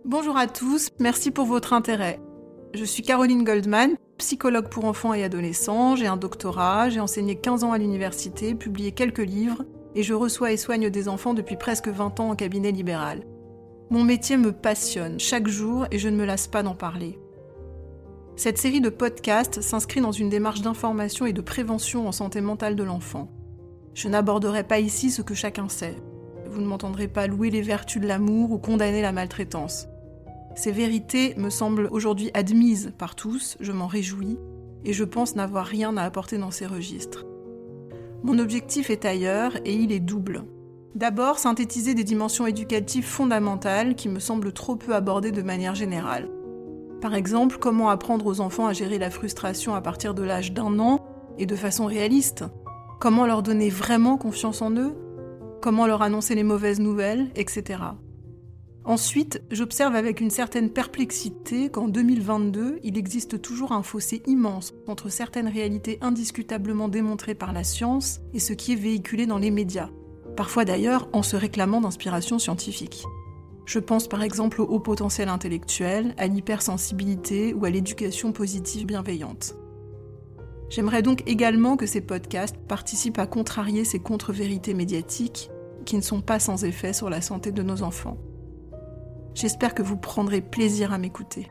Bonjour à tous, merci pour votre intérêt. Je suis Caroline Goldman, psychologue pour enfants et adolescents, j'ai un doctorat, j'ai enseigné 15 ans à l'université, publié quelques livres, et je reçois et soigne des enfants depuis presque 20 ans en cabinet libéral. Mon métier me passionne chaque jour et je ne me lasse pas d'en parler. Cette série de podcasts s'inscrit dans une démarche d'information et de prévention en santé mentale de l'enfant. Je n'aborderai pas ici ce que chacun sait. Vous ne m'entendrez pas louer les vertus de l'amour ou condamner la maltraitance. Ces vérités me semblent aujourd'hui admises par tous, je m'en réjouis, et je pense n'avoir rien à apporter dans ces registres. Mon objectif est ailleurs et il est double. D'abord, synthétiser des dimensions éducatives fondamentales qui me semblent trop peu abordées de manière générale. Par exemple, comment apprendre aux enfants à gérer la frustration à partir de l'âge d'1 an et de façon réaliste ? Comment leur donner vraiment confiance en eux ? Comment leur annoncer les mauvaises nouvelles, etc. Ensuite, j'observe avec une certaine perplexité qu'en 2022, il existe toujours un fossé immense entre certaines réalités indiscutablement démontrées par la science et ce qui est véhiculé dans les médias, parfois d'ailleurs en se réclamant d'inspiration scientifique. Je pense par exemple au haut potentiel intellectuel, à l'hypersensibilité ou à l'éducation positive bienveillante. J'aimerais donc également que ces podcasts participent à contrarier ces contre-vérités médiatiques qui ne sont pas sans effet sur la santé de nos enfants. J'espère que vous prendrez plaisir à m'écouter.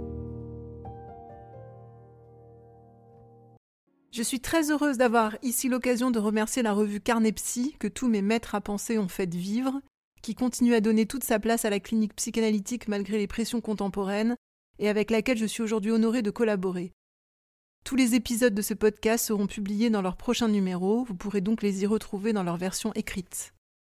Je suis très heureuse d'avoir ici l'occasion de remercier la revue Carnet Psy que tous mes maîtres à penser ont fait vivre, qui continue à donner toute sa place à la clinique psychanalytique malgré les pressions contemporaines et avec laquelle je suis aujourd'hui honorée de collaborer. Tous les épisodes de ce podcast seront publiés dans leur prochain numéro, vous pourrez donc les y retrouver dans leur version écrite.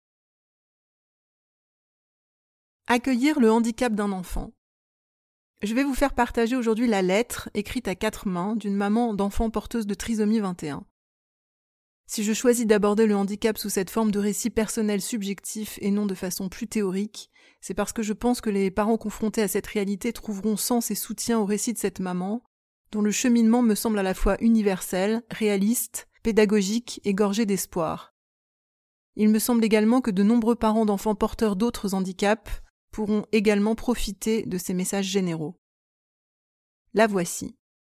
Accueillir le handicap d'un enfant. Je vais vous faire partager aujourd'hui la lettre, écrite à 4 mains, d'une maman d'enfant porteuse de trisomie 21. Si je choisis d'aborder le handicap sous cette forme de récit personnel subjectif et non de façon plus théorique, c'est parce que je pense que les parents confrontés à cette réalité trouveront sens et soutien au récit de cette maman, dont le cheminement me semble à la fois universel, réaliste, pédagogique et gorgé d'espoir. Il me semble également que de nombreux parents d'enfants porteurs d'autres handicaps pourront également profiter de ces messages généraux. La voici.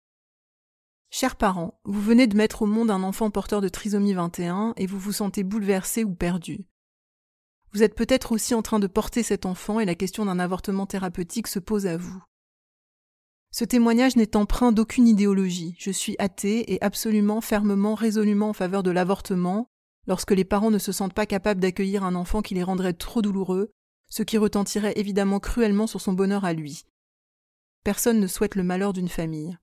Chers parents, vous venez de mettre au monde un enfant porteur de trisomie 21 et vous vous sentez bouleversé ou perdu. Vous êtes peut-être aussi en train de porter cet enfant et la question d'un avortement thérapeutique se pose à vous. Ce témoignage n'est empreint d'aucune idéologie. Je suis athée et absolument, fermement, résolument en faveur de l'avortement lorsque les parents ne se sentent pas capables d'accueillir un enfant qui les rendrait trop douloureux, ce qui retentirait évidemment cruellement sur son bonheur à lui. Personne ne souhaite le malheur d'une famille.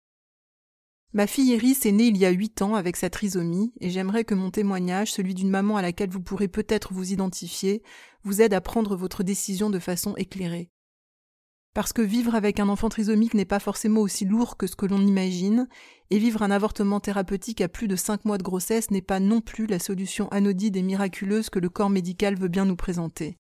Ma fille Iris est née il y a 8 ans avec sa trisomie et j'aimerais que mon témoignage, celui d'une maman à laquelle vous pourrez peut-être vous identifier, vous aide à prendre votre décision de façon éclairée. Parce que vivre avec un enfant trisomique n'est pas forcément aussi lourd que ce que l'on imagine, et vivre un avortement thérapeutique à plus de 5 mois de grossesse n'est pas non plus la solution anodine et miraculeuse que le corps médical veut bien nous présenter.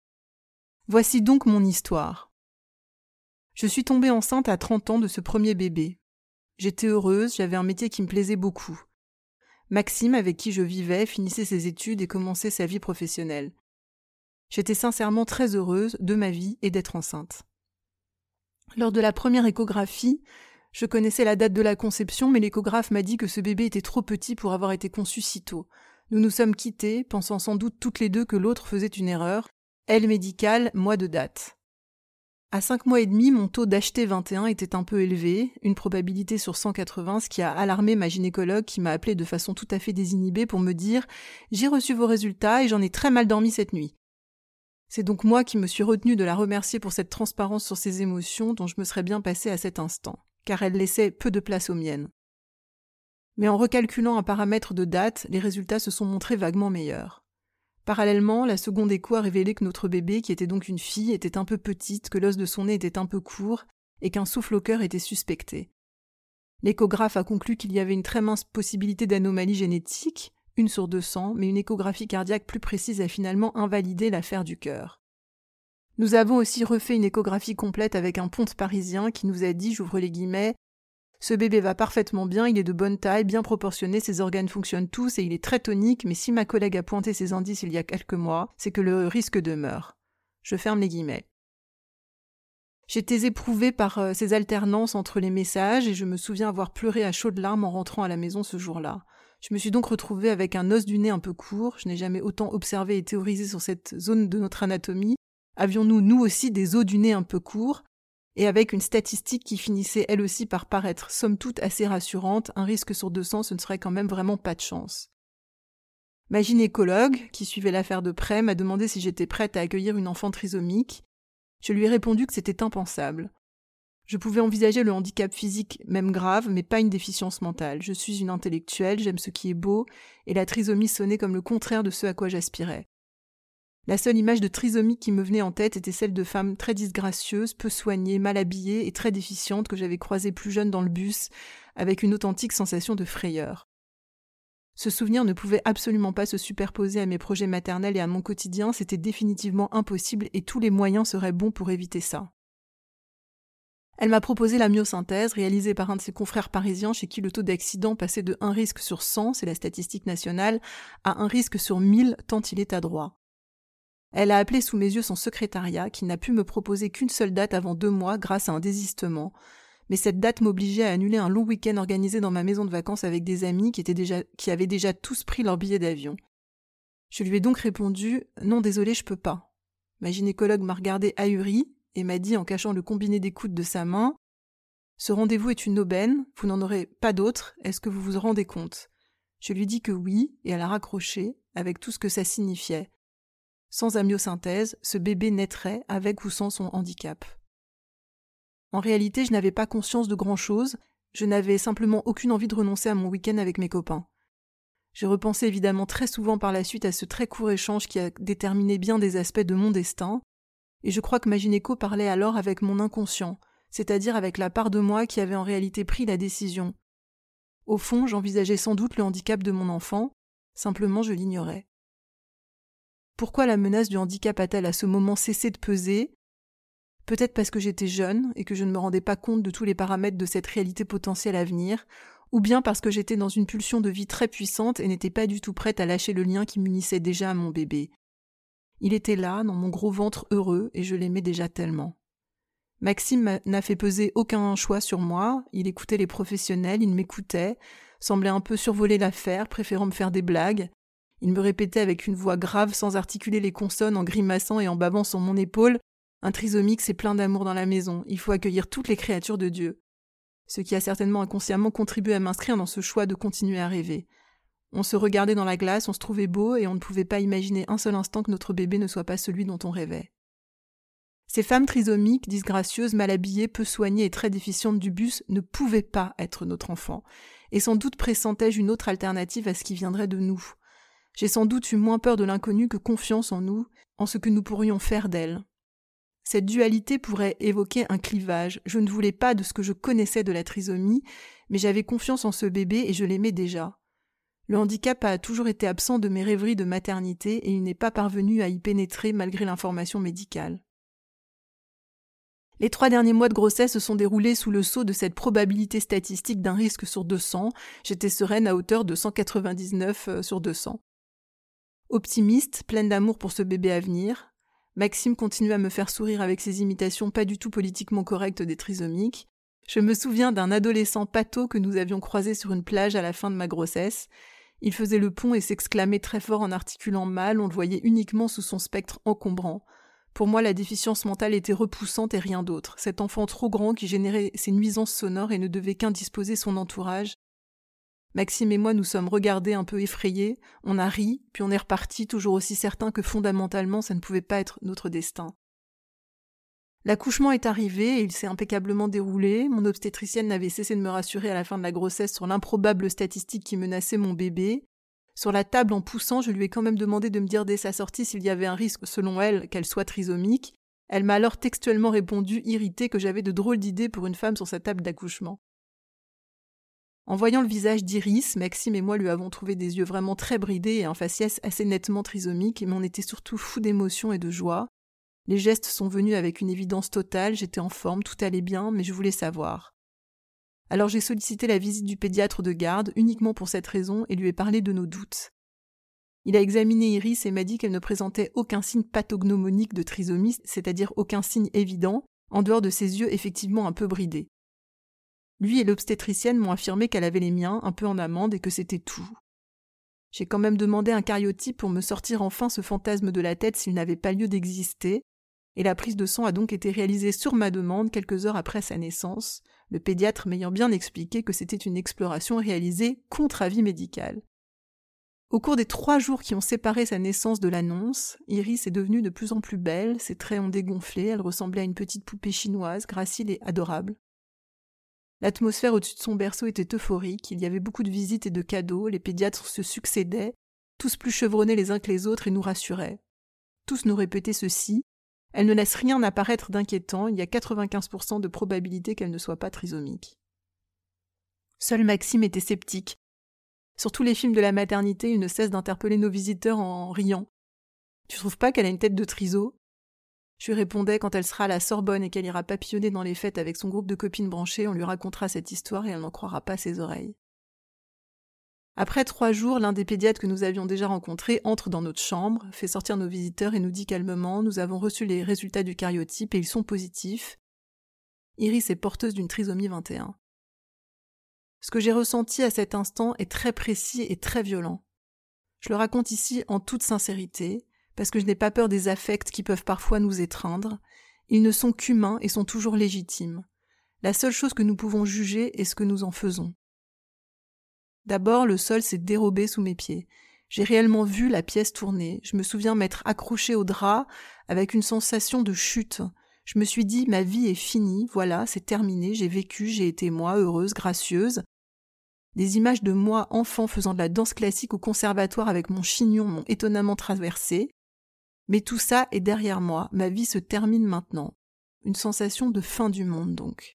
Voici donc mon histoire. Je suis tombée enceinte à 30 ans de ce premier bébé. J'étais heureuse, j'avais un métier qui me plaisait beaucoup. Maxime, avec qui je vivais, finissait ses études et commençait sa vie professionnelle. J'étais sincèrement très heureuse de ma vie et d'être enceinte. Lors de la première échographie, je connaissais la date de la conception, mais l'échographe m'a dit que ce bébé était trop petit pour avoir été conçu si tôt. Nous nous sommes quittés, pensant sans doute toutes les deux que l'autre faisait une erreur, elle médicale, moi de date. À 5 mois et demi, mon taux d'HT21 était un peu élevé, une probabilité sur 180, ce qui a alarmé ma gynécologue qui m'a appelée de façon tout à fait désinhibée pour me dire « J'ai reçu vos résultats et j'en ai très mal dormi cette nuit ». C'est donc moi qui me suis retenue de la remercier pour cette transparence sur ses émotions dont je me serais bien passée à cet instant, car elle laissait peu de place aux miennes. Mais en recalculant un paramètre de date, les résultats se sont montrés vaguement meilleurs. Parallèlement, la seconde écho a révélé que notre bébé, qui était donc une fille, était un peu petite, que l'os de son nez était un peu court et qu'un souffle au cœur était suspecté. L'échographe a conclu qu'il y avait une très mince possibilité d'anomalie génétique, 1 sur 200, mais une échographie cardiaque plus précise a finalement invalidé l'affaire du cœur. Nous avons aussi refait une échographie complète avec un ponte parisien qui nous a dit, j'ouvre les guillemets, Ce bébé va parfaitement bien, il est de bonne taille, bien proportionné, ses organes fonctionnent tous et il est très tonique, mais si ma collègue a pointé ces indices il y a quelques mois, c'est que le risque demeure. Je ferme les guillemets. J'étais éprouvée par ces alternances entre les messages et je me souviens avoir pleuré à chaudes larmes en rentrant à la maison ce jour-là. Je me suis donc retrouvée avec un os du nez un peu court. Je n'ai jamais autant observé et théorisé sur cette zone de notre anatomie. Avions-nous, nous aussi, des os du nez un peu courts? Et avec une statistique qui finissait elle aussi par paraître somme toute assez rassurante, un risque sur 200, ce ne serait quand même vraiment pas de chance. Ma gynécologue, qui suivait l'affaire de près, m'a demandé si j'étais prête à accueillir une enfant trisomique. Je lui ai répondu que c'était impensable. Je pouvais envisager le handicap physique, même grave, mais pas une déficience mentale. Je suis une intellectuelle, j'aime ce qui est beau, et la trisomie sonnait comme le contraire de ce à quoi j'aspirais. La seule image de trisomie qui me venait en tête était celle de femmes très disgracieuses, peu soignées, mal habillées et très déficientes que j'avais croisées plus jeune dans le bus, avec une authentique sensation de frayeur. Ce souvenir ne pouvait absolument pas se superposer à mes projets maternels et à mon quotidien, c'était définitivement impossible et tous les moyens seraient bons pour éviter ça. Elle m'a proposé la myosynthèse, réalisée par un de ses confrères parisiens chez qui le taux d'accident passait de 1 risque sur 100, c'est la statistique nationale, à 1 risque sur 1000 tant il est adroit. Elle a appelé sous mes yeux son secrétariat, qui n'a pu me proposer qu'une seule date avant 2 mois grâce à un désistement. Mais cette date m'obligeait à annuler un long week-end organisé dans ma maison de vacances avec des amis qui avaient déjà tous pris leur billet d'avion. Je lui ai donc répondu « Non, désolé, je peux pas ». Ma gynécologue m'a regardé ahurie et m'a dit en cachant le combiné d'écoute de sa main « Ce rendez-vous est une aubaine, vous n'en aurez pas d'autre, est-ce que vous vous rendez compte ?» Je lui dis que oui, et elle a raccroché, avec tout ce que ça signifiait. Sans amyosynthèse, ce bébé naîtrait avec ou sans son handicap. En réalité, je n'avais pas conscience de grand-chose, je n'avais simplement aucune envie de renoncer à mon week-end avec mes copains. J'ai repensé évidemment très souvent par la suite à ce très court échange qui a déterminé bien des aspects de mon destin, et je crois que ma gynéco parlait alors avec mon inconscient, c'est-à-dire avec la part de moi qui avait en réalité pris la décision. Au fond, j'envisageais sans doute le handicap de mon enfant, simplement je l'ignorais. Pourquoi la menace du handicap a-t-elle à ce moment cessé de peser ? Peut-être parce que j'étais jeune et que je ne me rendais pas compte de tous les paramètres de cette réalité potentielle à venir, ou bien parce que j'étais dans une pulsion de vie très puissante et n'étais pas du tout prête à lâcher le lien qui m'unissait déjà à mon bébé. Il était là, dans mon gros ventre heureux, et je l'aimais déjà tellement. Maxime n'a fait peser aucun choix sur moi, il écoutait les professionnels, il m'écoutait, semblait un peu survoler l'affaire, préférant me faire des blagues. Il me répétait avec une voix grave sans articuler les consonnes, en grimaçant et en bavant sur mon épaule « Un trisomique, c'est plein d'amour dans la maison, il faut accueillir toutes les créatures de Dieu ». Ce qui a certainement inconsciemment contribué à m'inscrire dans ce choix de continuer à rêver. On se regardait dans la glace, on se trouvait beau et on ne pouvait pas imaginer un seul instant que notre bébé ne soit pas celui dont on rêvait. Ces femmes trisomiques, disgracieuses, mal habillées, peu soignées et très déficientes du bus ne pouvaient pas être notre enfant, et sans doute pressentaient-je une autre alternative à ce qui viendrait de nous. J'ai sans doute eu moins peur de l'inconnu que confiance en nous, en ce que nous pourrions faire d'elle. Cette dualité pourrait évoquer un clivage. Je ne voulais pas de ce que je connaissais de la trisomie, mais j'avais confiance en ce bébé et je l'aimais déjà. Le handicap a toujours été absent de mes rêveries de maternité et il n'est pas parvenu à y pénétrer malgré l'information médicale. Les 3 derniers mois de grossesse se sont déroulés sous le sceau de cette probabilité statistique d'1 risque sur 200. J'étais sereine à hauteur de 199 sur 200. Optimiste, pleine d'amour pour ce bébé à venir, Maxime continue à me faire sourire avec ses imitations pas du tout politiquement correctes des trisomiques. Je me souviens d'un adolescent pâteau que nous avions croisé sur une plage à la fin de ma grossesse. Il faisait le pont et s'exclamait très fort en articulant mal, on le voyait uniquement sous son spectre encombrant. Pour moi, la déficience mentale était repoussante et rien d'autre. Cet enfant trop grand qui générait ces nuisances sonores et ne devait qu'indisposer son entourage. Maxime et moi nous sommes regardés un peu effrayés, on a ri, puis on est repartis, toujours aussi certains que fondamentalement ça ne pouvait pas être notre destin. L'accouchement est arrivé et il s'est impeccablement déroulé. Mon obstétricienne n'avait cessé de me rassurer à la fin de la grossesse sur l'improbable statistique qui menaçait mon bébé. Sur la table, en poussant, je lui ai quand même demandé de me dire dès sa sortie s'il y avait un risque, selon elle, qu'elle soit trisomique. Elle m'a alors textuellement répondu, irritée, que j'avais de drôles d'idées pour une femme sur sa table d'accouchement. En voyant le visage d'Iris, Maxime et moi lui avons trouvé des yeux vraiment très bridés et un faciès assez nettement trisomique, mais on était surtout fous d'émotion et de joie. Les gestes sont venus avec une évidence totale, j'étais en forme, tout allait bien, mais je voulais savoir. Alors j'ai sollicité la visite du pédiatre de garde, uniquement pour cette raison, et lui ai parlé de nos doutes. Il a examiné Iris et m'a dit qu'elle ne présentait aucun signe pathognomonique de trisomie, c'est-à-dire aucun signe évident, en dehors de ses yeux effectivement un peu bridés. Lui et l'obstétricienne m'ont affirmé qu'elle avait les miens un peu en amande et que c'était tout. J'ai quand même demandé un cariotype pour me sortir enfin ce fantasme de la tête s'il n'avait pas lieu d'exister, et la prise de sang a donc été réalisée sur ma demande quelques heures après sa naissance, le pédiatre m'ayant bien expliqué que c'était une exploration réalisée contre avis médical. Au cours des 3 jours qui ont séparé sa naissance de l'annonce, Iris est devenue de plus en plus belle, ses traits ont dégonflé, elle ressemblait à une petite poupée chinoise, gracile et adorable. L'atmosphère au-dessus de son berceau était euphorique, il y avait beaucoup de visites et de cadeaux, les pédiatres se succédaient, tous plus chevronnés les uns que les autres et nous rassuraient. Tous nous répétaient ceci: elle ne laisse rien apparaître d'inquiétant, il y a 95% de probabilité qu'elle ne soit pas trisomique. Seul Maxime était sceptique. Sur tous les films de la maternité, il ne cesse d'interpeller nos visiteurs en riant. « Tu trouves pas qu'elle a une tête de triso ?» Je lui répondais: quand elle sera à la Sorbonne et qu'elle ira papillonner dans les fêtes avec son groupe de copines branchées, on lui racontera cette histoire et elle n'en croira pas ses oreilles. Après 3 jours, l'un des pédiatres que nous avions déjà rencontrés entre dans notre chambre, fait sortir nos visiteurs et nous dit calmement: nous avons reçu les résultats du cariotype et ils sont positifs. Iris est porteuse d'une trisomie 21. Ce que j'ai ressenti à cet instant est très précis et très violent. Je le raconte ici en toute sincérité, parce que je n'ai pas peur des affects qui peuvent parfois nous étreindre. Ils ne sont qu'humains et sont toujours légitimes. La seule chose que nous pouvons juger est ce que nous en faisons. D'abord, le sol s'est dérobé sous mes pieds. J'ai réellement vu la pièce tourner. Je me souviens m'être accrochée au drap avec une sensation de chute. Je me suis dit: ma vie est finie, voilà, c'est terminé, j'ai vécu, j'ai été moi, heureuse, gracieuse. Des images de moi, enfant, faisant de la danse classique au conservatoire avec mon chignon, m'ont étonnamment traversée. Mais tout ça est derrière moi, ma vie se termine maintenant. Une sensation de fin du monde, donc.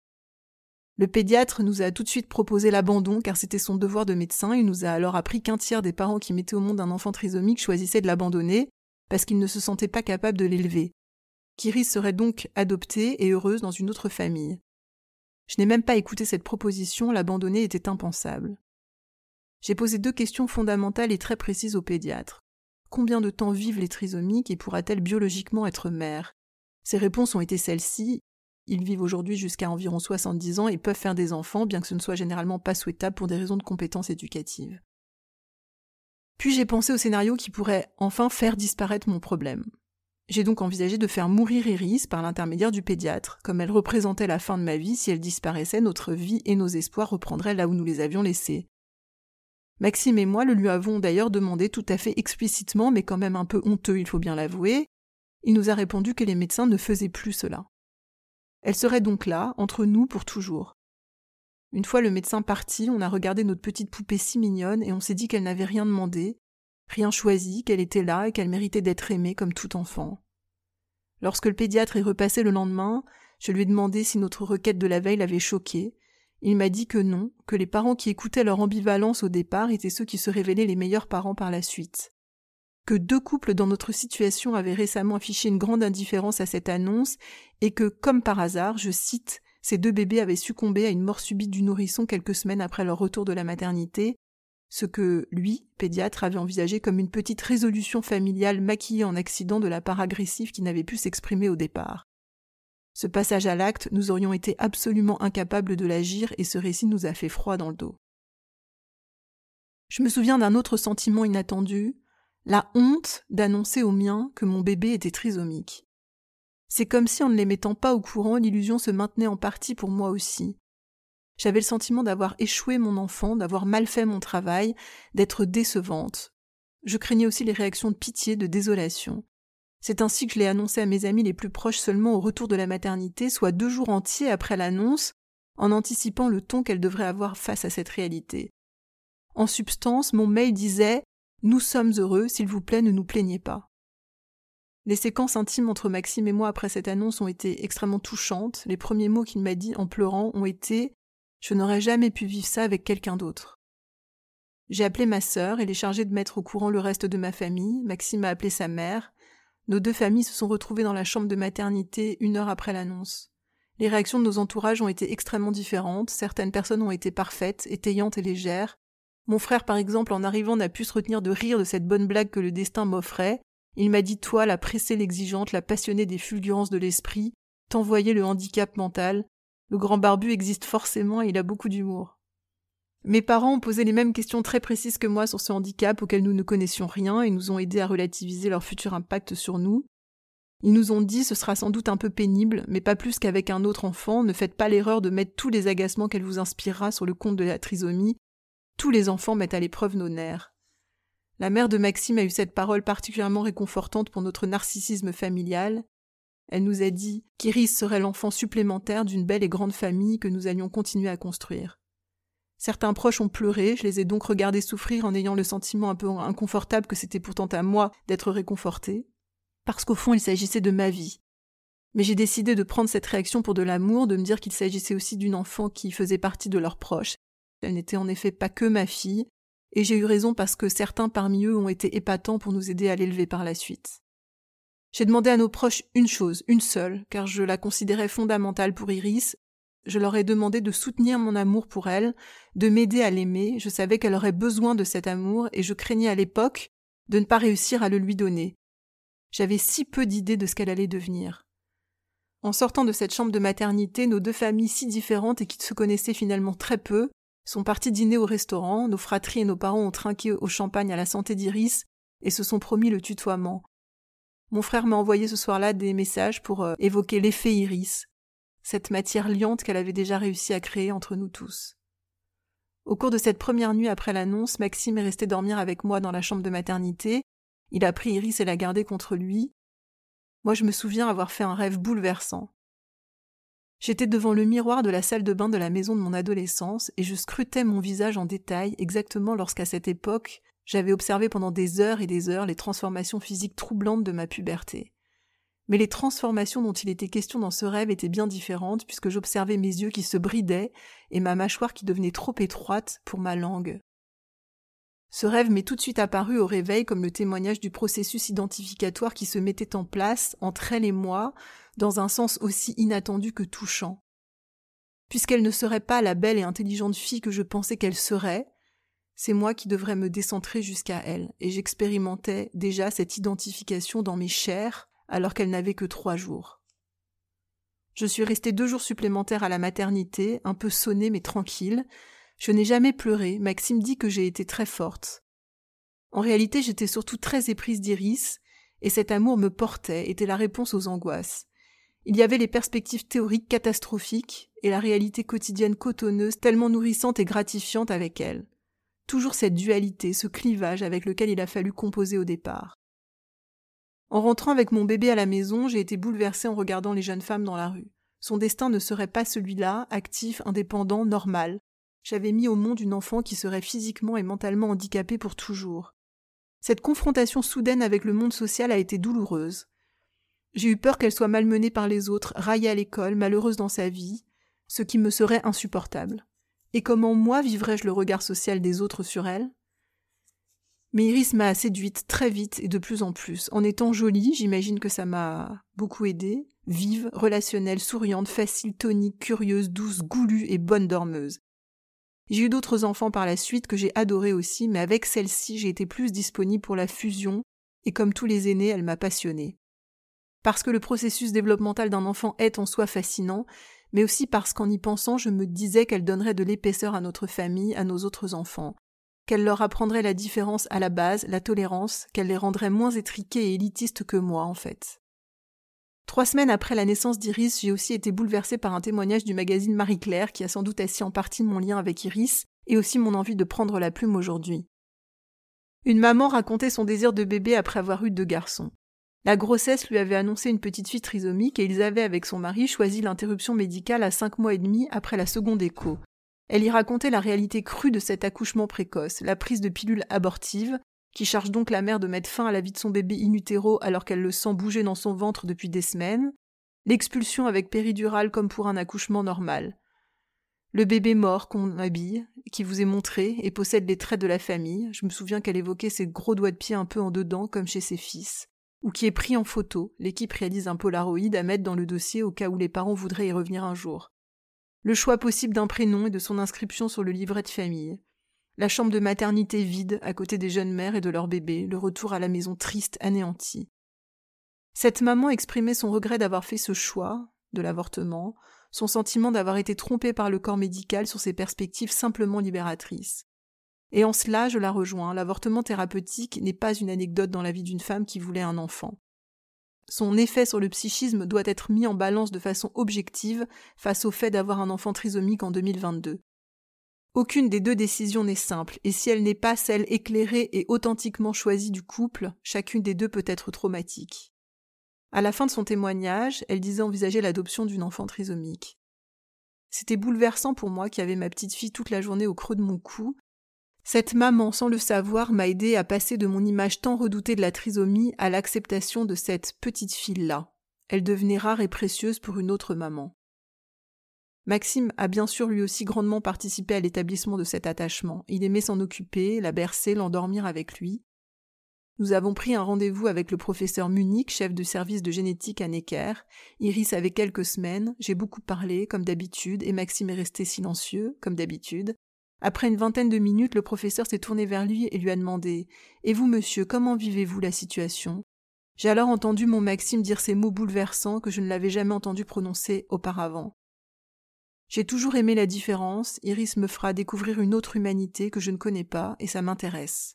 Le pédiatre nous a tout de suite proposé l'abandon car c'était son devoir de médecin. Il nous a alors appris qu'un tiers des parents qui mettaient au monde un enfant trisomique choisissaient de l'abandonner parce qu'ils ne se sentaient pas capables de l'élever. Qu'Iris serait donc adoptée et heureuse dans une autre famille. Je n'ai même pas écouté cette proposition, l'abandonner était impensable. J'ai posé 2 questions fondamentales et très précises au pédiatre. Combien de temps vivent les trisomiques et pourra-t-elle biologiquement être mère? Ses réponses ont été celles-ci. Ils vivent aujourd'hui jusqu'à environ 70 ans et peuvent faire des enfants, bien que ce ne soit généralement pas souhaitable pour des raisons de compétences éducatives. Puis j'ai pensé au scénario qui pourrait enfin faire disparaître mon problème. J'ai donc envisagé de faire mourir Iris par l'intermédiaire du pédiatre. Comme elle représentait la fin de ma vie, si elle disparaissait, notre vie et nos espoirs reprendraient là où nous les avions laissés. Maxime et moi le lui avons d'ailleurs demandé tout à fait explicitement, mais quand même un peu honteux, il faut bien l'avouer. Il nous a répondu que les médecins ne faisaient plus cela. Elle serait donc là, entre nous pour toujours. Une fois le médecin parti, on a regardé notre petite poupée si mignonne et on s'est dit qu'elle n'avait rien demandé, rien choisi, qu'elle était là et qu'elle méritait d'être aimée comme tout enfant. Lorsque le pédiatre est repassé le lendemain, je lui ai demandé si notre requête de la veille l'avait choqué. Il m'a dit que non, que les parents qui écoutaient leur ambivalence au départ étaient ceux qui se révélaient les meilleurs parents par la suite. Que 2 couples dans notre situation avaient récemment affiché une grande indifférence à cette annonce et que, comme par hasard, je cite, ces 2 bébés avaient succombé à une mort subite du nourrisson quelques semaines après leur retour de la maternité, ce que lui, pédiatre, avait envisagé comme une petite résolution familiale maquillée en accident de la part agressive qui n'avait pu s'exprimer au départ. Ce passage à l'acte, nous aurions été absolument incapables de l'agir et ce récit nous a fait froid dans le dos. Je me souviens d'un autre sentiment inattendu, la honte d'annoncer aux miens que mon bébé était trisomique. C'est comme si en ne les mettant pas au courant, l'illusion se maintenait en partie pour moi aussi. J'avais le sentiment d'avoir échoué mon enfant, d'avoir mal fait mon travail, d'être décevante. Je craignais aussi les réactions de pitié, de désolation. C'est ainsi que je l'ai annoncé à mes amis les plus proches seulement au retour de la maternité, soit 2 jours entiers après l'annonce, en anticipant le ton qu'elle devrait avoir face à cette réalité. En substance, mon mail disait « Nous sommes heureux, s'il vous plaît, ne nous plaignez pas ». Les séquences intimes entre Maxime et moi après cette annonce ont été extrêmement touchantes. Les premiers mots qu'il m'a dit en pleurant ont été « Je n'aurais jamais pu vivre ça avec quelqu'un d'autre ». J'ai appelé ma sœur et l'ai chargée de mettre au courant le reste de ma famille. Maxime a appelé sa mère. Nos 2 familles se sont retrouvées dans la chambre de maternité 1 heure après l'annonce. Les réactions de nos entourages ont été extrêmement différentes. Certaines personnes ont été parfaites, étayantes et légères. Mon frère, par exemple, en arrivant, n'a pu se retenir de rire de cette bonne blague que le destin m'offrait. Il m'a dit « Toi, la pressée, l'exigeante, la passionnée des fulgurances de l'esprit, Tant voyez le handicap mental, le grand barbu existe forcément et il a beaucoup d'humour. Mes parents ont posé les mêmes questions très précises que moi sur ce handicap auquel nous ne connaissions rien et nous ont aidés à relativiser leur futur impact sur nous. Ils nous ont dit ce sera sans doute un peu pénible, mais pas plus qu'avec un autre enfant, ne faites pas l'erreur de mettre tous les agacements qu'elle vous inspirera sur le compte de la trisomie. Tous les enfants mettent à l'épreuve nos nerfs. La mère de Maxime a eu cette parole particulièrement réconfortante pour notre narcissisme familial. Elle nous a dit qu'Iris serait l'enfant supplémentaire d'une belle et grande famille que nous allions continuer à construire. Certains proches ont pleuré, je les ai donc regardés souffrir en ayant le sentiment un peu inconfortable que c'était pourtant à moi d'être réconfortée, parce qu'au fond il s'agissait de ma vie. Mais j'ai décidé de prendre cette réaction pour de l'amour, de me dire qu'il s'agissait aussi d'une enfant qui faisait partie de leurs proches. Elle n'était en effet pas que ma fille, et j'ai eu raison parce que certains parmi eux ont été épatants pour nous aider à l'élever par la suite. J'ai demandé à nos proches une chose, une seule, car je la considérais fondamentale pour Iris. Je leur ai demandé de soutenir mon amour pour elle, de m'aider à l'aimer. Je savais qu'elle aurait besoin de cet amour et je craignais à l'époque de ne pas réussir à le lui donner. J'avais si peu d'idées de ce qu'elle allait devenir. En sortant de cette chambre de maternité, nos deux familles si différentes et qui se connaissaient finalement très peu sont parties dîner au restaurant, nos fratries et nos parents ont trinqué au champagne à la santé d'Iris et se sont promis le tutoiement. Mon frère m'a envoyé ce soir-là des messages pour évoquer l'effet Iris, cette matière liante qu'elle avait déjà réussi à créer entre nous tous. Au cours de cette première nuit après l'annonce, Maxime est resté dormir avec moi dans la chambre de maternité. Il a pris Iris et l'a gardée contre lui. Moi, je me souviens avoir fait un rêve bouleversant. J'étais devant le miroir de la salle de bain de la maison de mon adolescence et je scrutais mon visage en détail exactement lorsqu'à cette époque, j'avais observé pendant des heures et des heures les transformations physiques troublantes de ma puberté. Mais les transformations dont il était question dans ce rêve étaient bien différentes puisque j'observais mes yeux qui se bridaient et ma mâchoire qui devenait trop étroite pour ma langue. Ce rêve m'est tout de suite apparu au réveil comme le témoignage du processus identificatoire qui se mettait en place entre elle et moi, dans un sens aussi inattendu que touchant. Puisqu'elle ne serait pas la belle et intelligente fille que je pensais qu'elle serait, c'est moi qui devrais me décentrer jusqu'à elle, et j'expérimentais déjà cette identification dans mes chairs, alors qu'elle n'avait que 3 jours. Je suis restée 2 jours supplémentaires à la maternité, un peu sonnée mais tranquille. Je n'ai jamais pleuré, Maxime dit que j'ai été très forte. En réalité, j'étais surtout très éprise d'Iris, et cet amour me portait, était la réponse aux angoisses. Il y avait les perspectives théoriques catastrophiques et la réalité quotidienne cotonneuse tellement nourrissante et gratifiante avec elle. Toujours cette dualité, ce clivage avec lequel il a fallu composer au départ. En rentrant avec mon bébé à la maison, j'ai été bouleversée en regardant les jeunes femmes dans la rue. Son destin ne serait pas celui-là, actif, indépendant, normal. J'avais mis au monde une enfant qui serait physiquement et mentalement handicapée pour toujours. Cette confrontation soudaine avec le monde social a été douloureuse. J'ai eu peur qu'elle soit malmenée par les autres, raillée à l'école, malheureuse dans sa vie, ce qui me serait insupportable. Et comment moi vivrais-je le regard social des autres sur elle ? Mais Iris m'a séduite très vite et de plus en plus. En étant jolie, j'imagine que ça m'a beaucoup aidée, vive, relationnelle, souriante, facile, tonique, curieuse, douce, goulue et bonne dormeuse. J'ai eu d'autres enfants par la suite que j'ai adorés aussi, mais avec celle-ci, j'ai été plus disponible pour la fusion, et comme tous les aînés, elle m'a passionnée. Parce que le processus développemental d'un enfant est en soi fascinant, mais aussi parce qu'en y pensant, je me disais qu'elle donnerait de l'épaisseur à notre famille, à nos autres enfants, qu'elle leur apprendrait la différence à la base, la tolérance, qu'elle les rendrait moins étriqués et élitistes que moi, en fait. 3 semaines après la naissance d'Iris, j'ai aussi été bouleversée par un témoignage du magazine Marie-Claire qui a sans doute assis en partie mon lien avec Iris et aussi mon envie de prendre la plume aujourd'hui. Une maman racontait son désir de bébé après avoir eu 2 garçons. La grossesse lui avait annoncé une petite fille trisomique et ils avaient avec son mari choisi l'interruption médicale à 5 mois et demi après la seconde écho. Elle y racontait la réalité crue de cet accouchement précoce, la prise de pilules abortives, qui charge donc la mère de mettre fin à la vie de son bébé in utero alors qu'elle le sent bouger dans son ventre depuis des semaines, l'expulsion avec péridurale comme pour un accouchement normal. Le bébé mort qu'on habille, qui vous est montré et possède les traits de la famille, je me souviens qu'elle évoquait ses gros doigts de pied un peu en dedans comme chez ses fils, ou qui est pris en photo, l'équipe réalise un polaroid à mettre dans le dossier au cas où les parents voudraient y revenir un jour. Le choix possible d'un prénom et de son inscription sur le livret de famille. La chambre de maternité vide à côté des jeunes mères et de leur bébé, le retour à la maison triste, anéantie. Cette maman exprimait son regret d'avoir fait ce choix, de l'avortement, son sentiment d'avoir été trompée par le corps médical sur ses perspectives simplement libératrices. Et en cela, je la rejoins, l'avortement thérapeutique n'est pas une anecdote dans la vie d'une femme qui voulait un enfant. Son effet sur le psychisme doit être mis en balance de façon objective face au fait d'avoir un enfant trisomique en 2022. Aucune des deux décisions n'est simple, et si elle n'est pas celle éclairée et authentiquement choisie du couple, chacune des deux peut être traumatique. À la fin de son témoignage, elle disait envisager l'adoption d'une enfant trisomique. C'était bouleversant pour moi qui avais ma petite fille toute la journée au creux de mon cou. Cette maman, sans le savoir, m'a aidé à passer de mon image tant redoutée de la trisomie à l'acceptation de cette petite fille-là. Elle devenait rare et précieuse pour une autre maman. Maxime a bien sûr lui aussi grandement participé à l'établissement de cet attachement. Il aimait s'en occuper, la bercer, l'endormir avec lui. Nous avons pris un rendez-vous avec le professeur Munich, chef de service de génétique à Necker. Iris avait quelques semaines, j'ai beaucoup parlé, comme d'habitude, et Maxime est resté silencieux, comme d'habitude. Après une vingtaine de minutes, le professeur s'est tourné vers lui et lui a demandé « Et vous, monsieur, comment vivez-vous la situation ?» J'ai alors entendu mon Maxime dire ces mots bouleversants que je ne l'avais jamais entendu prononcer auparavant. J'ai toujours aimé la différence, Iris me fera découvrir une autre humanité que je ne connais pas, et ça m'intéresse.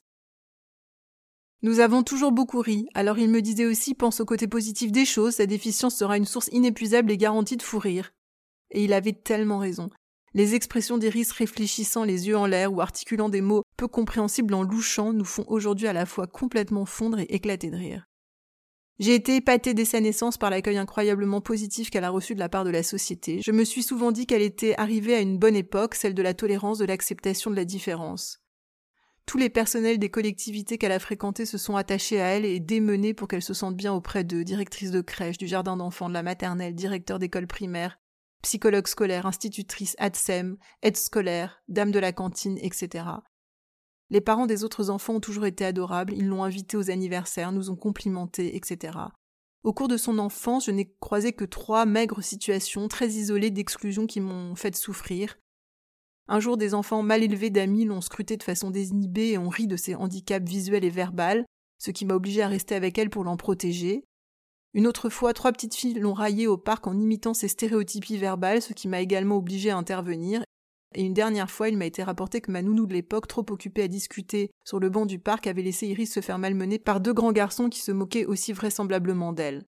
Nous avons toujours beaucoup ri, alors il me disait aussi « Pense au côté positif des choses, sa déficience sera une source inépuisable et garantie de fou rire. » Et il avait tellement raison. Les expressions d'Iris réfléchissant les yeux en l'air ou articulant des mots peu compréhensibles en louchant nous font aujourd'hui à la fois complètement fondre et éclater de rire. J'ai été épatée dès sa naissance par l'accueil incroyablement positif qu'elle a reçu de la part de la société. Je me suis souvent dit qu'elle était arrivée à une bonne époque, celle de la tolérance, de l'acceptation de la différence. Tous les personnels des collectivités qu'elle a fréquentées se sont attachés à elle et démenés pour qu'elle se sente bien auprès d'eux, directrice de crèche, du jardin d'enfants, de la maternelle, directeur d'école primaire, psychologue scolaire, institutrice, ADSEM, aide scolaire, dame de la cantine, etc. Les parents des autres enfants ont toujours été adorables, ils l'ont invitée aux anniversaires, nous ont complimentés, etc. Au cours de son enfance, je n'ai croisé que 3 maigres situations très isolées d'exclusion qui m'ont fait souffrir. Un jour, des enfants mal élevés d'amis l'ont scruté de façon désinhibée et ont ri de ses handicaps visuels et verbales, ce qui m'a obligée à rester avec elle pour l'en protéger. Une autre fois, 3 petites filles l'ont raillée au parc en imitant ses stéréotypies verbales, ce qui m'a également obligée à intervenir. Et une dernière fois, il m'a été rapporté que ma nounou de l'époque, trop occupée à discuter sur le banc du parc, avait laissé Iris se faire malmener par 2 grands garçons qui se moquaient aussi vraisemblablement d'elle.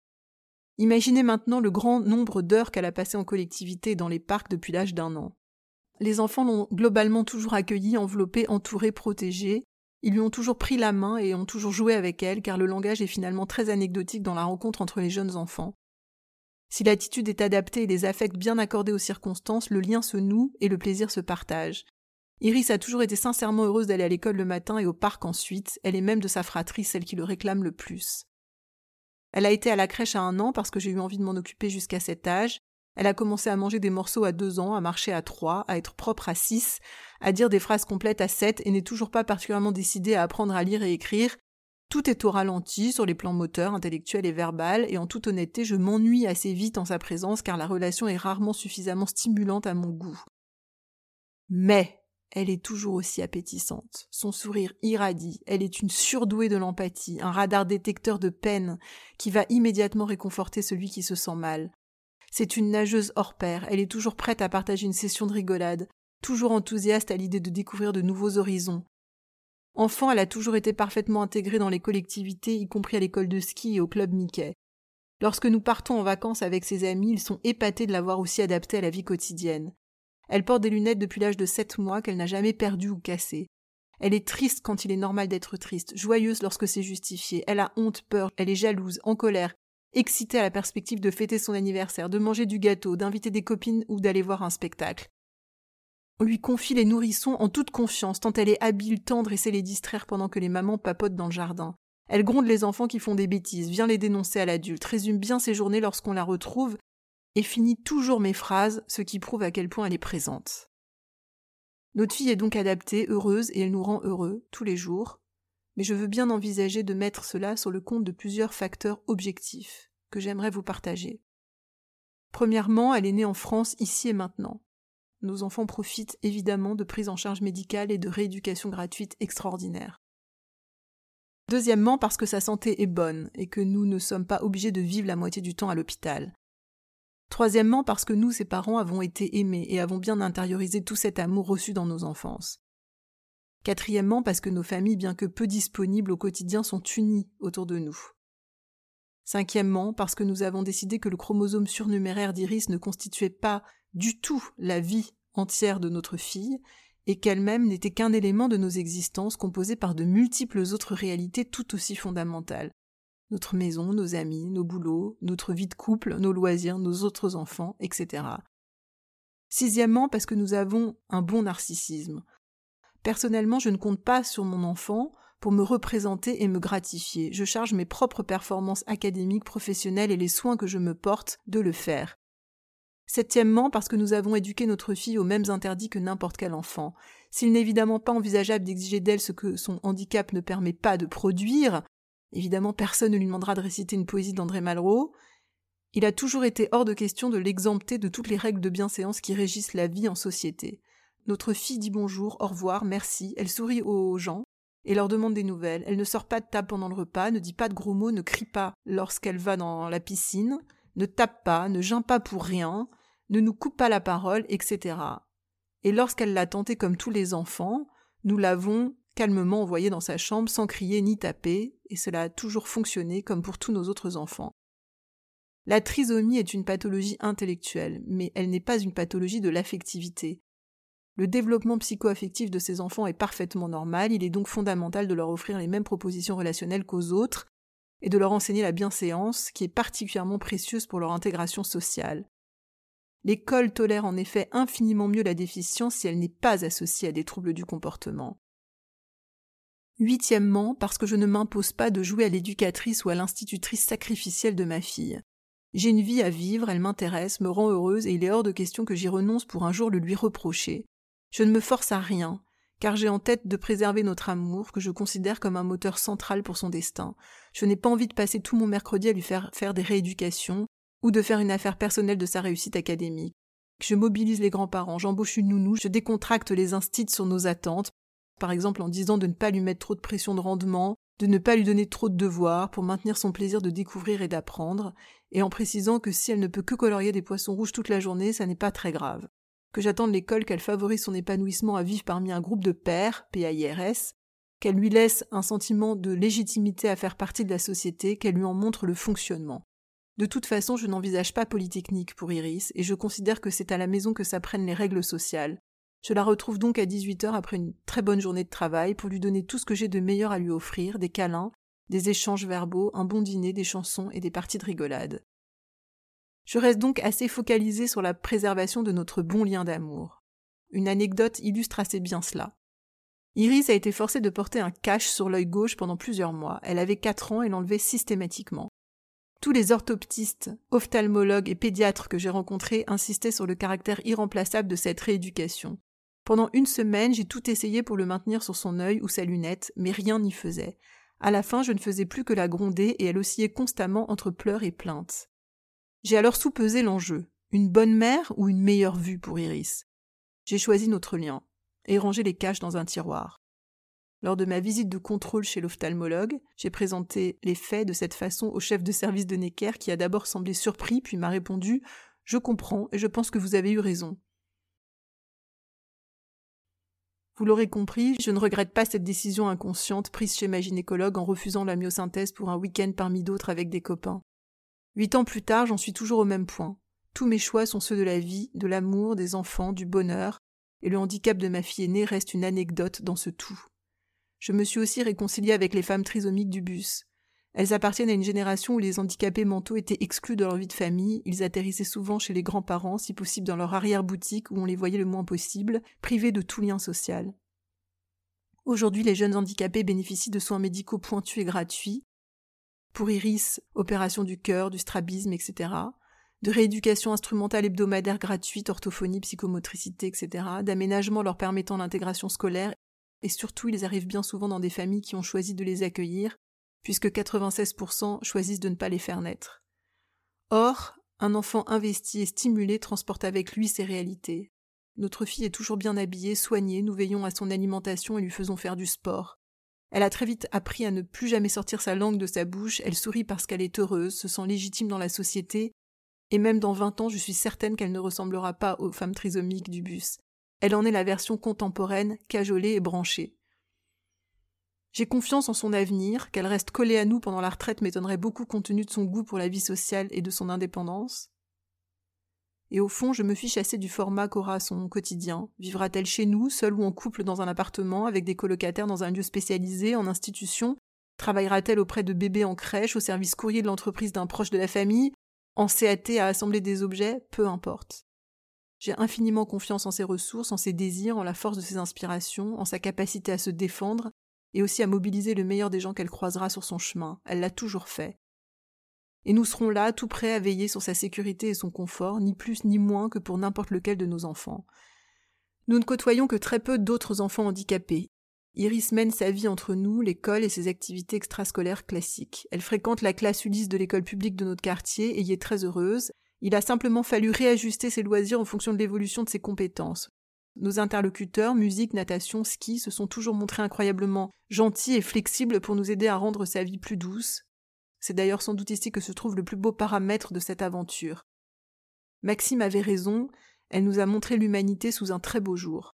Imaginez maintenant le grand nombre d'heures qu'elle a passées en collectivité et dans les parcs depuis l'âge d'1 an. Les enfants l'ont globalement toujours accueillie, enveloppée, entourée, protégée. Ils lui ont toujours pris la main et ont toujours joué avec elle, car le langage est finalement très anecdotique dans la rencontre entre les jeunes enfants. Si l'attitude est adaptée et les affects bien accordés aux circonstances, le lien se noue et le plaisir se partage. Iris a toujours été sincèrement heureuse d'aller à l'école le matin et au parc ensuite, elle est même de sa fratrie celle qui le réclame le plus. Elle a été à la crèche à 1 an parce que j'ai eu envie de m'en occuper jusqu'à cet âge. Elle a commencé à manger des morceaux à 2 ans, à marcher à 3, à être propre à 6, à dire des phrases complètes à 7 et n'est toujours pas particulièrement décidée à apprendre à lire et écrire. Tout est au ralenti sur les plans moteurs, intellectuels et verbal, et en toute honnêteté, je m'ennuie assez vite en sa présence car la relation est rarement suffisamment stimulante à mon goût. Mais elle est toujours aussi appétissante. Son sourire irradie, elle est une surdouée de l'empathie, un radar détecteur de peine qui va immédiatement réconforter celui qui se sent mal. C'est une nageuse hors pair, elle est toujours prête à partager une session de rigolade, toujours enthousiaste à l'idée de découvrir de nouveaux horizons. Enfant, elle a toujours été parfaitement intégrée dans les collectivités, y compris à l'école de ski et au club Mickey. Lorsque nous partons en vacances avec ses amis, ils sont épatés de l'avoir aussi adaptée à la vie quotidienne. Elle porte des lunettes depuis l'âge de 7 mois qu'elle n'a jamais perdues ou cassées. Elle est triste quand il est normal d'être triste, joyeuse lorsque c'est justifié. Elle a honte, peur, elle est jalouse, en colère, excitée à la perspective de fêter son anniversaire, de manger du gâteau, d'inviter des copines ou d'aller voir un spectacle. On lui confie les nourrissons en toute confiance, tant elle est habile, tendre et sait les distraire pendant que les mamans papotent dans le jardin. Elle gronde les enfants qui font des bêtises, vient les dénoncer à l'adulte, résume bien ses journées lorsqu'on la retrouve et finit toujours mes phrases, ce qui prouve à quel point elle est présente. Notre fille est donc adaptée, heureuse, et elle nous rend heureux, tous les jours, mais je veux bien envisager de mettre cela sur le compte de plusieurs facteurs objectifs que j'aimerais vous partager. Premièrement, elle est née en France, ici et maintenant. Nos enfants profitent évidemment de prises en charge médicale et de rééducation gratuite extraordinaires. Deuxièmement, parce que sa santé est bonne et que nous ne sommes pas obligés de vivre la moitié du temps à l'hôpital. Troisièmement, parce que nous, ses parents, avons été aimés et avons bien intériorisé tout cet amour reçu dans nos enfances. Quatrièmement, parce que nos familles, bien que peu disponibles au quotidien, sont unies autour de nous. Cinquièmement, parce que nous avons décidé que le chromosome surnuméraire d'Iris ne constituait pas du tout la vie entière de notre fille, et qu'elle-même n'était qu'un élément de nos existences composé par de multiples autres réalités tout aussi fondamentales. Notre maison, nos amis, nos boulots, notre vie de couple, nos loisirs, nos autres enfants, etc. Sixièmement, parce que nous avons un bon narcissisme. Personnellement, je ne compte pas sur mon enfant pour me représenter et me gratifier. Je charge mes propres performances académiques, professionnelles et les soins que je me porte de le faire. Septièmement, parce que nous avons éduqué notre fille aux mêmes interdits que n'importe quel enfant. S'il n'est évidemment pas envisageable d'exiger d'elle ce que son handicap ne permet pas de produire, évidemment personne ne lui demandera de réciter une poésie d'André Malraux, il a toujours été hors de question de l'exempter de toutes les règles de bienséance qui régissent la vie en société. Notre fille dit bonjour, au revoir, merci, elle sourit aux gens et leur demande des nouvelles. Elle ne sort pas de table pendant le repas, ne dit pas de gros mots, ne crie pas lorsqu'elle va dans la piscine, ne tape pas, ne geint pas pour rien, ne nous coupe pas la parole, etc. Et lorsqu'elle l'a tenté comme tous les enfants, nous l'avons calmement envoyée dans sa chambre sans crier ni taper, et cela a toujours fonctionné comme pour tous nos autres enfants. La trisomie est une pathologie intellectuelle, mais elle n'est pas une pathologie de l'affectivité. Le développement psycho-affectif de ces enfants est parfaitement normal, il est donc fondamental de leur offrir les mêmes propositions relationnelles qu'aux autres et de leur enseigner la bienséance, qui est particulièrement précieuse pour leur intégration sociale. L'école tolère en effet infiniment mieux la déficience si elle n'est pas associée à des troubles du comportement. Huitièmement, parce que je ne m'impose pas de jouer à l'éducatrice ou à l'institutrice sacrificielle de ma fille. J'ai une vie à vivre, elle m'intéresse, me rend heureuse et il est hors de question que j'y renonce pour un jour le lui reprocher. Je ne me force à rien, car j'ai en tête de préserver notre amour, que je considère comme un moteur central pour son destin. Je n'ai pas envie de passer tout mon mercredi à lui faire des rééducations, ou de faire une affaire personnelle de sa réussite académique. Je mobilise les grands-parents, j'embauche une nounou, je décontracte les instits sur nos attentes, par exemple en disant de ne pas lui mettre trop de pression de rendement, de ne pas lui donner trop de devoirs pour maintenir son plaisir de découvrir et d'apprendre, et en précisant que si elle ne peut que colorier des poissons rouges toute la journée, ça n'est pas très grave. Que j'attends de l'école qu'elle favorise son épanouissement à vivre parmi un groupe de pairs, PAIRS, qu'elle lui laisse un sentiment de légitimité à faire partie de la société, qu'elle lui en montre le fonctionnement. De toute façon, je n'envisage pas Polytechnique pour Iris, et je considère que c'est à la maison que s'apprennent les règles sociales. Je la retrouve donc à 18h après une très bonne journée de travail pour lui donner tout ce que j'ai de meilleur à lui offrir, des câlins, des échanges verbaux, un bon dîner, des chansons et des parties de rigolade. Je reste donc assez focalisée sur la préservation de notre bon lien d'amour. Une anecdote illustre assez bien cela. Iris a été forcée de porter un cache sur l'œil gauche pendant plusieurs mois. Elle avait 4 ans et l'enlevait systématiquement. Tous les orthoptistes, ophtalmologues et pédiatres que j'ai rencontrés insistaient sur le caractère irremplaçable de cette rééducation. Pendant 1 semaine, j'ai tout essayé pour le maintenir sur son œil ou sa lunette, mais rien n'y faisait. À la fin, je ne faisais plus que la gronder et elle oscillait constamment entre pleurs et plaintes. J'ai alors soupesé l'enjeu. Une bonne mère ou une meilleure vue pour Iris? J'ai choisi notre lien et rangé les caches dans un tiroir. Lors de ma visite de contrôle chez l'ophtalmologue, j'ai présenté les faits de cette façon au chef de service de Necker qui a d'abord semblé surpris puis m'a répondu « Je comprends et je pense que vous avez eu raison ». Vous l'aurez compris, je ne regrette pas cette décision inconsciente prise chez ma gynécologue en refusant la myosynthèse pour un week-end parmi d'autres avec des copains. 8 ans plus tard, j'en suis toujours au même point. Tous mes choix sont ceux de la vie, de l'amour, des enfants, du bonheur, et le handicap de ma fille aînée reste une anecdote dans ce tout. Je me suis aussi réconciliée avec les femmes trisomiques du bus. Elles appartiennent à une génération où les handicapés mentaux étaient exclus de leur vie de famille, ils atterrissaient souvent chez les grands-parents, si possible dans leur arrière-boutique où on les voyait le moins possible, privés de tout lien social. Aujourd'hui, les jeunes handicapés bénéficient de soins médicaux pointus et gratuits, pour Iris, opération du cœur, du strabisme, etc., de rééducation instrumentale hebdomadaire gratuite, orthophonie, psychomotricité, etc., d'aménagement leur permettant l'intégration scolaire, et surtout ils arrivent bien souvent dans des familles qui ont choisi de les accueillir, puisque 96% choisissent de ne pas les faire naître. Or, un enfant investi et stimulé transporte avec lui ses réalités. Notre fille est toujours bien habillée, soignée, nous veillons à son alimentation et lui faisons faire du sport. Elle a très vite appris à ne plus jamais sortir sa langue de sa bouche, elle sourit parce qu'elle est heureuse, se sent légitime dans la société, Et même dans 20 ans, je suis certaine qu'elle ne ressemblera pas aux femmes trisomiques du bus. Elle en est la version contemporaine, cajolée et branchée. J'ai confiance en son avenir, qu'elle reste collée à nous pendant la retraite m'étonnerait beaucoup compte tenu de son goût pour la vie sociale et de son indépendance. Et au fond, je me fiche assez du format qu'aura son quotidien. Vivra-t-elle chez nous, seule ou en couple dans un appartement, avec des colocataires dans un lieu spécialisé, en institution? Travaillera-t-elle auprès de bébés en crèche, au service courrier de l'entreprise d'un proche de la famille, en CAT à assembler des objets? Peu importe. J'ai infiniment confiance en ses ressources, en ses désirs, en la force de ses inspirations, en sa capacité à se défendre, et aussi à mobiliser le meilleur des gens qu'elle croisera sur son chemin. Elle l'a toujours fait. Et nous serons là, tout prêts à veiller sur sa sécurité et son confort, ni plus ni moins que pour n'importe lequel de nos enfants. Nous ne côtoyons que très peu d'autres enfants handicapés. Iris mène sa vie entre nous, l'école et ses activités extrascolaires classiques. Elle fréquente la classe Ulysse de l'école publique de notre quartier et y est très heureuse. Il a simplement fallu réajuster ses loisirs en fonction de l'évolution de ses compétences. Nos interlocuteurs, musique, natation, ski, se sont toujours montrés incroyablement gentils et flexibles pour nous aider à rendre sa vie plus douce. C'est d'ailleurs sans doute ici que se trouve le plus beau paramètre de cette aventure. Maxime avait raison, elle nous a montré l'humanité sous un très beau jour.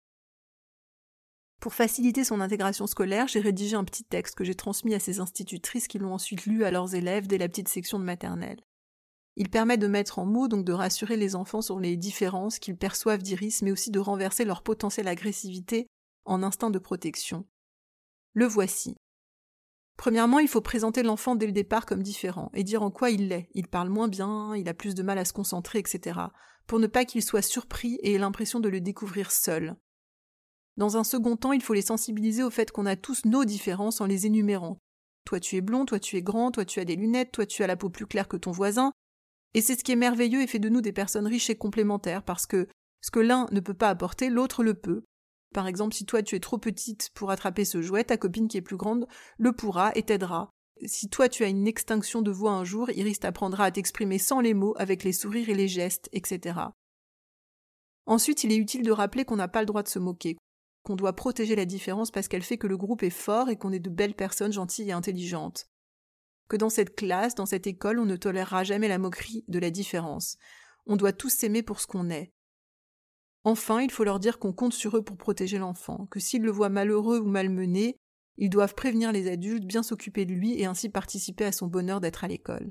Pour faciliter son intégration scolaire, j'ai rédigé un petit texte que j'ai transmis à ses institutrices qui l'ont ensuite lu à leurs élèves dès la petite section de maternelle. Il permet de mettre en mots, donc de rassurer les enfants sur les différences qu'ils perçoivent d'Iris, mais aussi de renverser leur potentielle agressivité en instinct de protection. Le voici. Premièrement, il faut présenter l'enfant dès le départ comme différent, et dire en quoi il l'est. Il parle moins bien, il a plus de mal à se concentrer, etc. Pour ne pas qu'il soit surpris et ait l'impression de le découvrir seul. Dans un second temps, il faut les sensibiliser au fait qu'on a tous nos différences en les énumérant. Toi tu es blond, toi tu es grand, toi tu as des lunettes, toi tu as la peau plus claire que ton voisin. Et c'est ce qui est merveilleux et fait de nous des personnes riches et complémentaires, parce que ce que l'un ne peut pas apporter, l'autre le peut. Par exemple, si toi tu es trop petite pour attraper ce jouet, ta copine qui est plus grande le pourra et t'aidera. Si toi tu as une extinction de voix un jour, Iris t'apprendra à t'exprimer sans les mots, avec les sourires et les gestes, etc. Ensuite, il est utile de rappeler qu'on n'a pas le droit de se moquer, qu'on doit protéger la différence parce qu'elle fait que le groupe est fort et qu'on est de belles personnes gentilles et intelligentes. Que dans cette classe, dans cette école, on ne tolérera jamais la moquerie de la différence. On doit tous s'aimer pour ce qu'on est. Enfin, il faut leur dire qu'on compte sur eux pour protéger l'enfant, que s'ils le voient malheureux ou malmené, ils doivent prévenir les adultes, bien s'occuper de lui et ainsi participer à son bonheur d'être à l'école.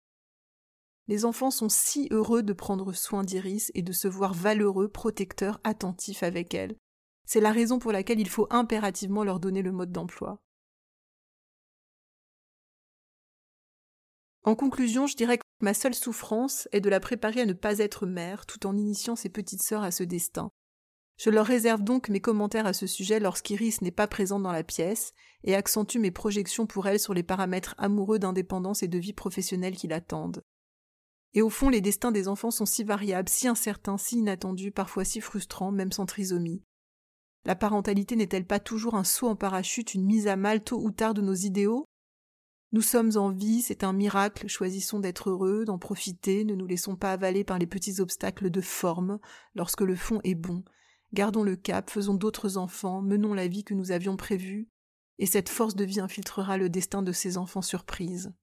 Les enfants sont si heureux de prendre soin d'Iris et de se voir valeureux, protecteurs, attentifs avec elle. C'est la raison pour laquelle il faut impérativement leur donner le mode d'emploi. En conclusion, je dirais que ma seule souffrance est de la préparer à ne pas être mère, tout en initiant ses petites sœurs à ce destin. Je leur réserve donc mes commentaires à ce sujet lorsqu'Iris n'est pas présente dans la pièce et accentue mes projections pour elle sur les paramètres amoureux d'indépendance et de vie professionnelle qui l'attendent. Et au fond, les destins des enfants sont si variables, si incertains, si inattendus, parfois si frustrants, même sans trisomie. La parentalité n'est-elle pas toujours un saut en parachute, une mise à mal tôt ou tard de nos idéaux ? Nous sommes en vie, c'est un miracle, choisissons d'être heureux, d'en profiter, ne nous laissons pas avaler par les petits obstacles de forme, lorsque le fond est bon. Gardons le cap, faisons d'autres enfants, menons la vie que nous avions prévue, et cette force de vie infiltrera le destin de ces enfants surprises.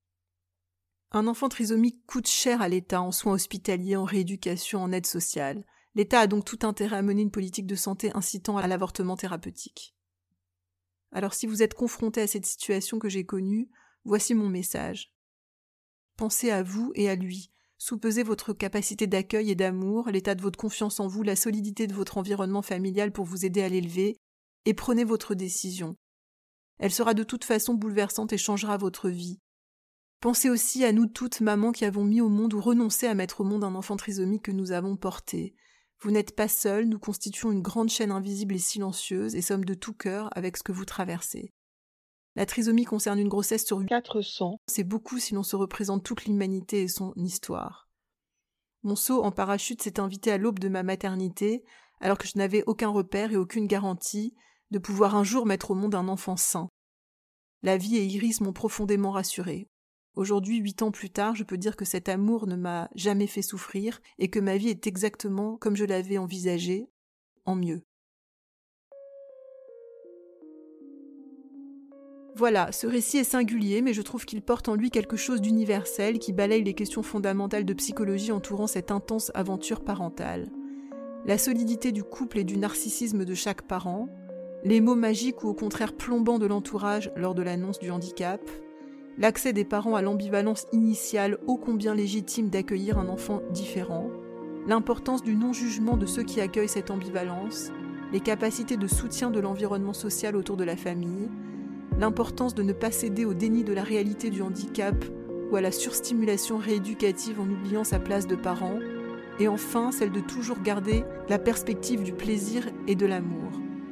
Un enfant trisomique coûte cher à l'État en soins hospitaliers, en rééducation, en aide sociale. L'État a donc tout intérêt à mener une politique de santé incitant à l'avortement thérapeutique. Alors si vous êtes confronté à cette situation que j'ai connue, voici mon message. Pensez à vous et à lui. Soupesez votre capacité d'accueil et d'amour, l'état de votre confiance en vous, la solidité de votre environnement familial pour vous aider à l'élever, et prenez votre décision. Elle sera de toute façon bouleversante et changera votre vie. Pensez aussi à nous toutes, mamans, qui avons mis au monde ou renoncé à mettre au monde un enfant trisomique que nous avons porté. Vous n'êtes pas seuls, nous constituons une grande chaîne invisible et silencieuse et sommes de tout cœur avec ce que vous traversez. La trisomie concerne une grossesse sur 400. C'est beaucoup si l'on se représente toute l'humanité et son histoire. Mon saut en parachute s'est invité à l'aube de ma maternité, alors que je n'avais aucun repère et aucune garantie de pouvoir un jour mettre au monde un enfant sain. La vie et Iris m'ont profondément rassurée. Aujourd'hui, 8 ans plus tard, je peux dire que cet amour ne m'a jamais fait souffrir et que ma vie est exactement comme je l'avais envisagée, en mieux. Voilà, ce récit est singulier, mais je trouve qu'il porte en lui quelque chose d'universel qui balaye les questions fondamentales de psychologie entourant cette intense aventure parentale. La solidité du couple et du narcissisme de chaque parent, les mots magiques ou au contraire plombants de l'entourage lors de l'annonce du handicap, l'accès des parents à l'ambivalence initiale ô combien légitime d'accueillir un enfant différent, l'importance du non-jugement de ceux qui accueillent cette ambivalence, les capacités de soutien de l'environnement social autour de la famille, l'importance de ne pas céder au déni de la réalité du handicap ou à la surstimulation rééducative en oubliant sa place de parent, et enfin celle de toujours garder la perspective du plaisir et de l'amour.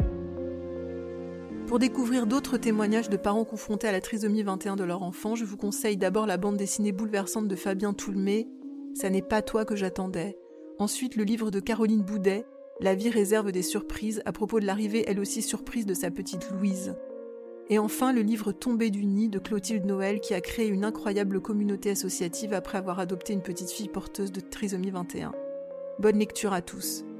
Pour découvrir d'autres témoignages de parents confrontés à la trisomie 21 de leur enfant, je vous conseille d'abord la bande dessinée bouleversante de Fabien Toulmé, « Ça n'est pas toi que j'attendais ». Ensuite, le livre de Caroline Boudet, « La vie réserve des surprises » à propos de l'arrivée elle aussi surprise de sa petite Louise. Et enfin, le livre Tombé du nid de Clotilde Noël qui a créé une incroyable communauté associative après avoir adopté une petite fille porteuse de trisomie 21. Bonne lecture à tous.